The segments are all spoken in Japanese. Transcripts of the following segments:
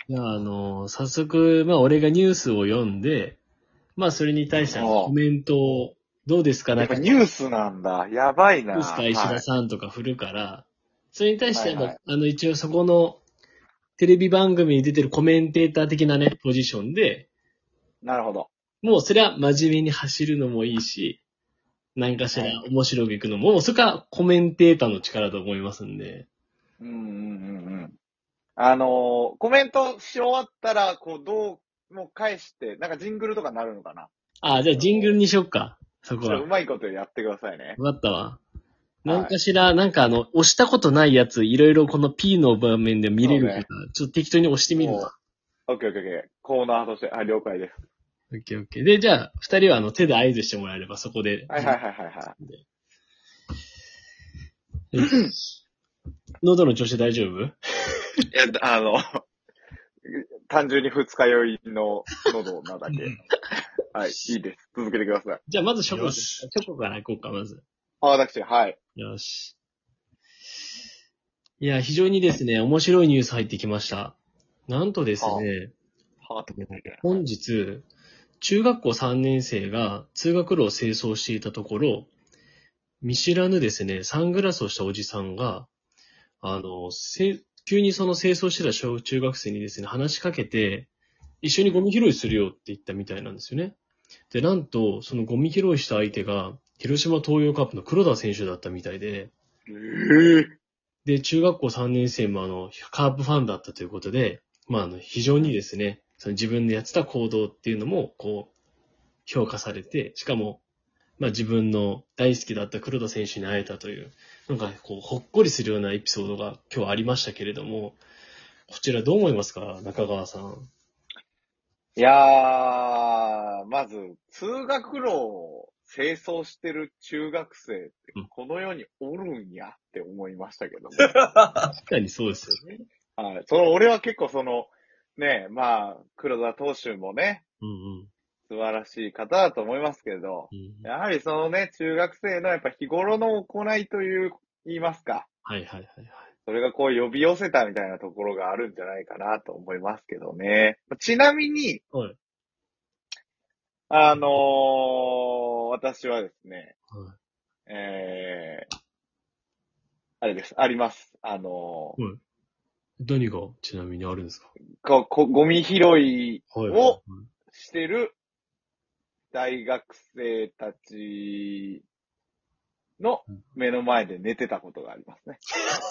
いや、早速、まあ、俺がニュースを読んで、まあ、それに対してコメントを、どうですかなんか、 やっぱニュースなんだ。やばいな。 どうですか石田はい。 さんとか振るから、それに対して、 はいはい。 一応そこの、テレビ番組に出てるコメンテーター的なね、ポジションで、 なるほど。 もうそれは真面目に走るのもいいし、何かしらはい。 面白くいくのも、もうそれかコメンテーターの力だと思いますんで。 うんうんうんうん。コメントし終わったら、こう、もう返して、なんかジングルとかなるのかな。 あ、じゃあジングルにしよっか。そこは。 うまいことやってくださいね。 わかったわ。何はい。 かしら、押したことないやつ、いろいろこの P の場面で見れるから、 そうね。 ちょっと適当に押してみるわ。 もう、オッケーオッケーオッケー。コーナーとして、了解です。 オッケーオッケー。で、じゃあ、二人は手で合図してもらえれば、そこで。 はいはいはいはいはえ喉の調子大丈夫？ い。いや、単純に二日酔いの喉なだけ。はい、いいです。続けてください。 じゃあ、まずショコ、 よチし。 ョコから行こうか、まず。 私、はい。 よし。いや、非常にですね、面白いニュース入ってきました。なんとですね、 はぁと思って。 本日、中学校3年生が通学路を清掃していたところ、見知らぬですね、サングラスをしたおじさんが、急にその清掃してた小中学生にですね、話しかけて、一緒にゴミ拾いするよって言ったみたいなんですよね。で、なんと、そのゴミ拾いした相手が、広島東洋カップの黒田選手だったみたいで、で、中学校3年生もカープファンだったということで、まあ、非常にですね、その自分でやってた行動っていうのも、こう、評価されて、しかも、まあ自分の大好きだった黒田選手に会えたという、なんかこう、ほっこりするようなエピソードが今日ありましたけれども、こちらどう思いますか、中川さん。 いやー、まず、通学路を清掃してる中学生ってうん、 この世におるんやって思いましたけども。 確かにそうですよね。 はい。俺は結構ね、まあ、黒田投手もね、 うんうん。 素晴らしい方だと思いますけれど、 うん、 やはりそのね、中学生のやっぱ日頃の行いと言いますか。 はいはいはいはい。 それがこう呼び寄せたみたいなところがあるんじゃないかなと思いますけどね。ちなみに、 はい。 私はですね、 はあれです、あります。 い。はい。何がちなみにあるんですか？ ゴミ拾いはいはいはい。 をしてる大学生たちの目の前で寝てたことがありますね。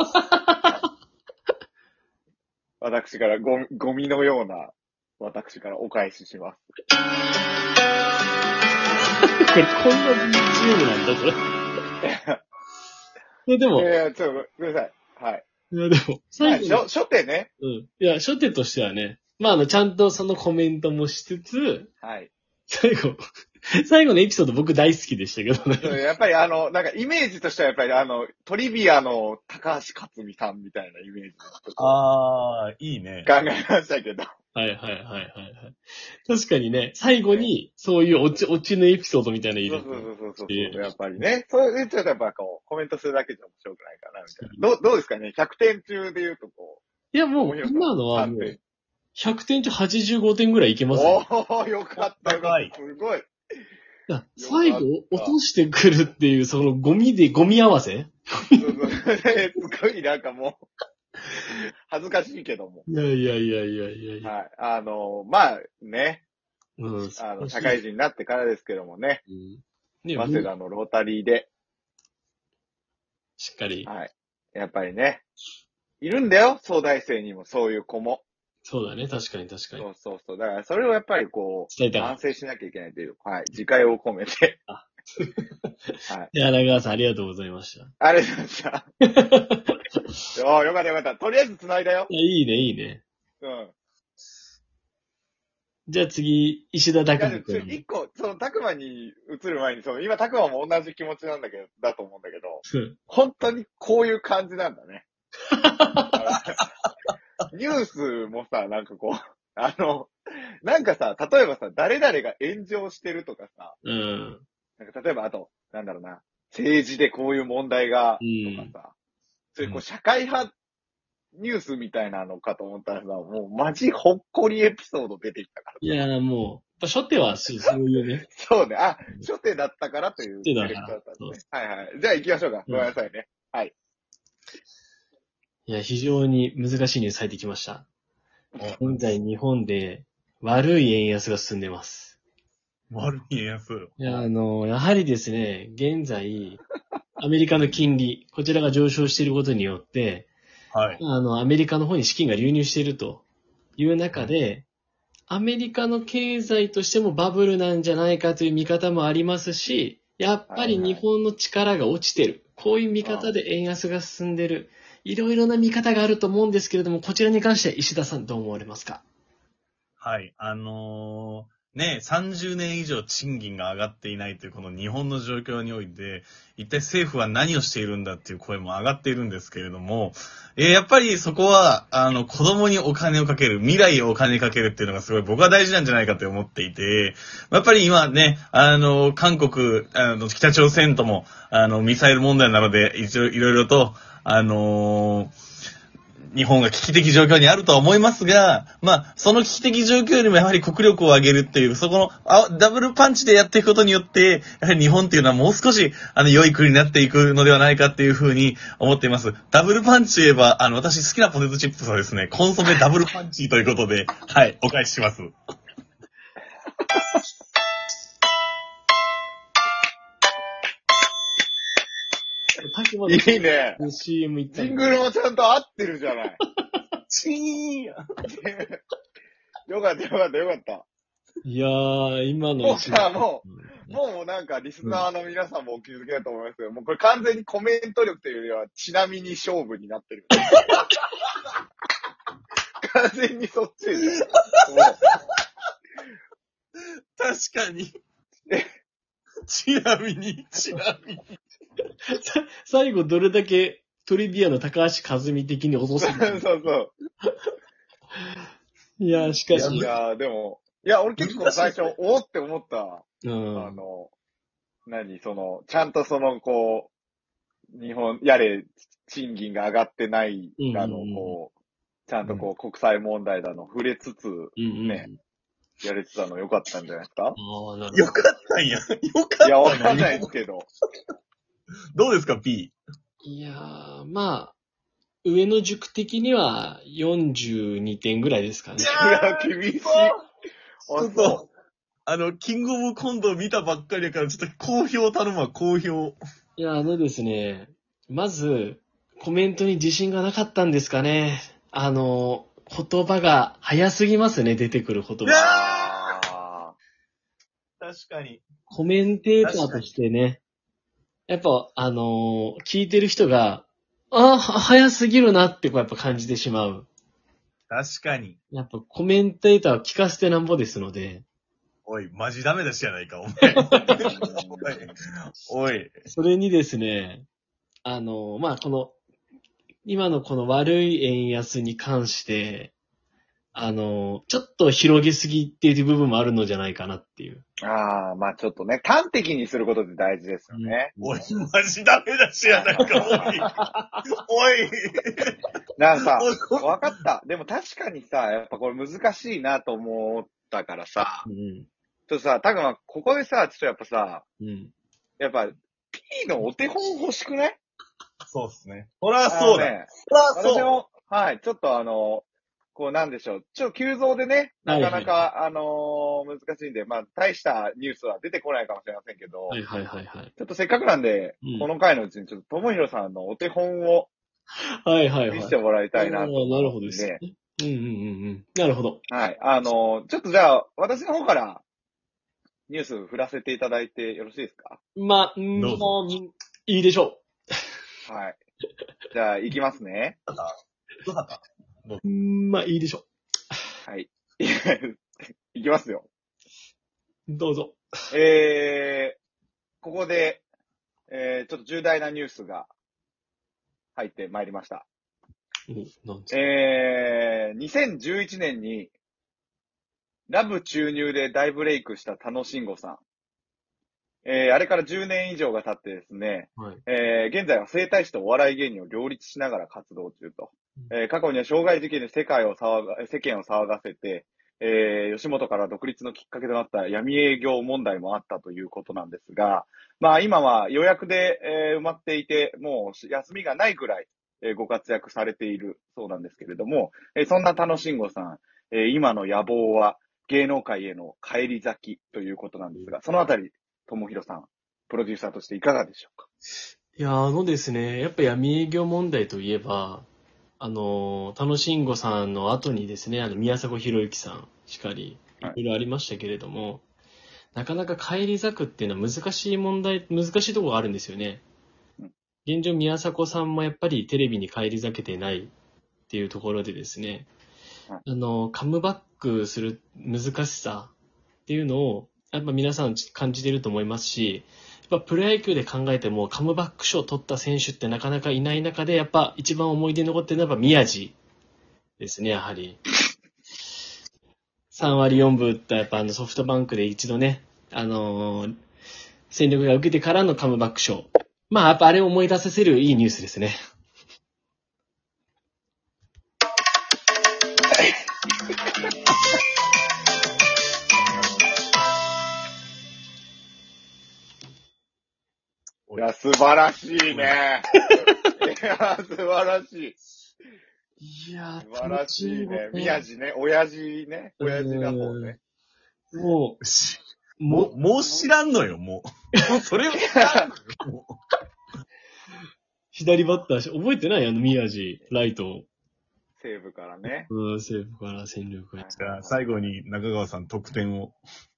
私からゴミのような、私からお返しします。 これこんな BGM なんだ、これ。でも、 いや、ちょっと、ごめんなさい。はい。 いやでも、最後に、 初手ね。 うん。いや、初手としてはね、まあちゃんとそのコメントもしつつ、 はい。 最後のエピソード僕大好きでしたけどね。 やっぱりなんかイメージとしてはやっぱりトリビアの高橋克実さんみたいなイメージあー、いいね。 考えましたけど。 はいはいはいはいはい。確かにね、最後にそういうオチのエピソードみたいなの入そうれて。 そう。やっぱりね。そういうちょっとやっぱこう、コメントするだけじゃ面白くないかな、みたいな。どうですかね ?100 点中で言うとこいやう、 もう、 面白さ今のは 3 もう、 点。 100点中85点ぐらいいけますね。 おー、よかったよかった。すごい。 いや、 よ最後かった落としてくるっていう、そのゴミ合わせすごいなんかもう、恥ずかしいけども。 いやいやいやいやいやいや。 はい。まあね、 うん、 社会人になってからですけどもね、 うん。ね、 早稲田のロータリーで、 しっかり。 はい。やっぱりね、いるんだよ、東大生にもそういう子も。 そうだね、確かに確かに。 そう。だからそれをやっぱりこう、 伝えたかっ反省しなきゃいけないという、はい。自戒を込めて。 た。 はい。 いや、中川さんありがとうございました。 ありがとうございました。よかったよかった。とりあえず繋いだよ。 いいね、いいね。 うん。 じゃあ次、石田拓いや、 馬君。 一個、たくまに移る前に、今、たくまも同じ気持ちなんだけど、だと思うんだけど、本当にこういう感じなんだね。ニュースもさ、なんかこう、なんかさ、例えばさ、誰々が炎上してるとかさ、 うん。 なんか例えばあと、なんだろうな、政治でこういう問題が、 うん。 とかさ、そういうこう社会派ニュースみたいなのかと思ったらさ、もうマジほっこりエピソード出てきたから。 いや、もう、初手はそういうね。 そうね。あ、初手だったからというセレクトだったんそうですね。はいはい。じゃあ行きましょうか。ごめんなさいね。はい。 いや、非常に難しいニュース入ってきました。現在日本で悪い円安が進んでます。 悪い円安。 いや、やはりですね、現在、アメリカの金利、こちらが上昇していることによって、 はい。 アメリカの方に資金が流入しているという中で、アメリカの経済としてもバブルなんじゃないかという見方もありますし、やっぱり日本の力が落ちてる。こういう見方で円安が進んでる。いろいろな見方があると思うんですけれども、こちらに関して石田さんどう思われますか？ はい。30年以上賃金が上がっていないというこの日本の状況において、一体政府は何をしているんだっていう声も上がっているんですけれども、やっぱりそこは、子供にお金をかける、未来をお金にかけるっていうのがすごい僕は大事なんじゃないかと思っていて、やっぱり今ね、韓国、北朝鮮とも、ミサイル問題なので、一応いろいろと、日本が危機的状況にあるとは思いますが、その危機的状況よりもやはり国力を上げるっていう、そこのダブルパンチでやっていくことによって、やはり日本っていうのはもう少し、良い国になっていくのではないかっていうふうに思っています。ダブルパンチといえば、私好きなポテトチップスはですね、コンソメダブルパンチということで、はい、お返しします。 いいね。 CM 行ったジングルもちゃんと合ってるじゃない。 チーンよかったよかったよかった。 いやー、今の。 もうさ、もうなんかリスナーの皆さんもお気づきだと思いますけど、もうこれ完全にコメント力というよりは、ちなみに勝負になってる。完全にそっちでしょ。 確かに。ちなみに。 最後どれだけトリビアの高橋和美的に落とすのそうそう。 いや、しかし。 いや、でも、俺結構最初、おーって思った。 うん。 ちゃんと日本、賃金が上がってないちゃんと国際問題だの触れつつ、ね、やれてたの良かったんじゃないですか？ よかったんや。よかったんや。 いや、わかんないですけど。 どうですか、P？ いやー、上の塾的には42点ぐらいですかね。 いや、厳しい。 ちょっと、キングオブコントを見たばっかりやから、ちょっと好評頼むわ、好評。 いや、ですね、まず、コメントに自信がなかったんですかね。言葉が早すぎますね、出てくる言葉。 確かに。 コメンテーターとしてね、やっぱ、聞いてる人が、早すぎるなってやっぱ感じてしまう。 確かに。 やっぱコメンテーターは聞かせてなんぼですので。 おい、マジダメだしやないか、お前。おい。 それにですね、今のこの悪い円安に関して、ちょっと広げすぎっていう部分もあるのじゃないかなっていう。 ちょっとね、端的にすることって大事ですよね。 おい、マジダメだしやないか、おい。 なんかさ、わかった。でも確かにさ、やっぱこれ難しいなと思ったからさ、ちょっとさ、たくま、ここでさ、ちょっとやっぱさ、やっぱ、P のお手本欲しくない？ そうっすね。そらそうだ。 私も、はい、ちょっとなんでしょう。急増でね、なかなか、難しいんで、大したニュースは出てこないかもしれませんけど、 はい。 ちょっとせっかくなんで、この回のうちにちょっと、ともひろさんのお手本を、見せてもらいたいなと思なるほどですね。なるほど。 はい。ちょっとじゃあ、私の方から、ニュース振らせていただいてよろしいですか？ いいでしょう。はい。じゃあ、行きますね。 どうだったいいでしょう。はい。行きますよ。 どうぞ。 ここで、ちょっと重大なニュースが入ってまいりました。2011年に、ラブ注入で大ブレイクした田野慎吾さん。あれから10年以上が経ってですね、現在は整体師とお笑い芸人を両立しながら活動中と。 過去には傷害事件で世間を騒がせて、吉本から独立のきっかけとなった闇営業問題もあったということなんですが、まあ今は予約で、埋まっていて、もう休みがないぐらい、ご活躍されているそうなんですけれども、そんな田野慎吾さん、今の野望は芸能界への返り咲きということなんですが、そのあたり、友広さん、プロデューサーとしていかがでしょうか？ いや、ですね、やっぱ闇営業問題といえば、田野慎吾さんの後にですね、宮迫博之さんしかり、いろいろありましたけれども、なかなか返り咲くっていうのは難しいところがあるんですよね。現状宮迫さんもやっぱりテレビに返り咲けてないっていうところでですね、カムバックする難しさっていうのを、やっぱ皆さん感じてると思いますし、やっぱプロ野球で考えてもカムバック賞を取った選手ってなかなかいない中で、やっぱ一番思い出に残ってるのはやっぱ宮地ですね、やはり。3割4分打ったやっぱソフトバンクで一度ね、戦力が受けてからのカムバック賞。まあやっぱあれを思い出させるいいニュースですね。 いや、素晴らしいね。いや、素晴らしい。 いや、 素晴らしいね。宮地ね、親父ね。親父だもんね。 もう知らんのよ、もう。もうそれを知らんのよ、もう。 左バッター覚えてない宮地、ライト。 西武からね。 西武から戦力が。 じゃあ、最後に中川さん得点を。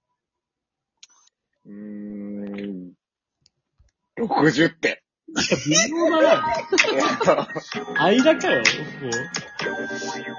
60点。 微妙だな。間かよ、もう。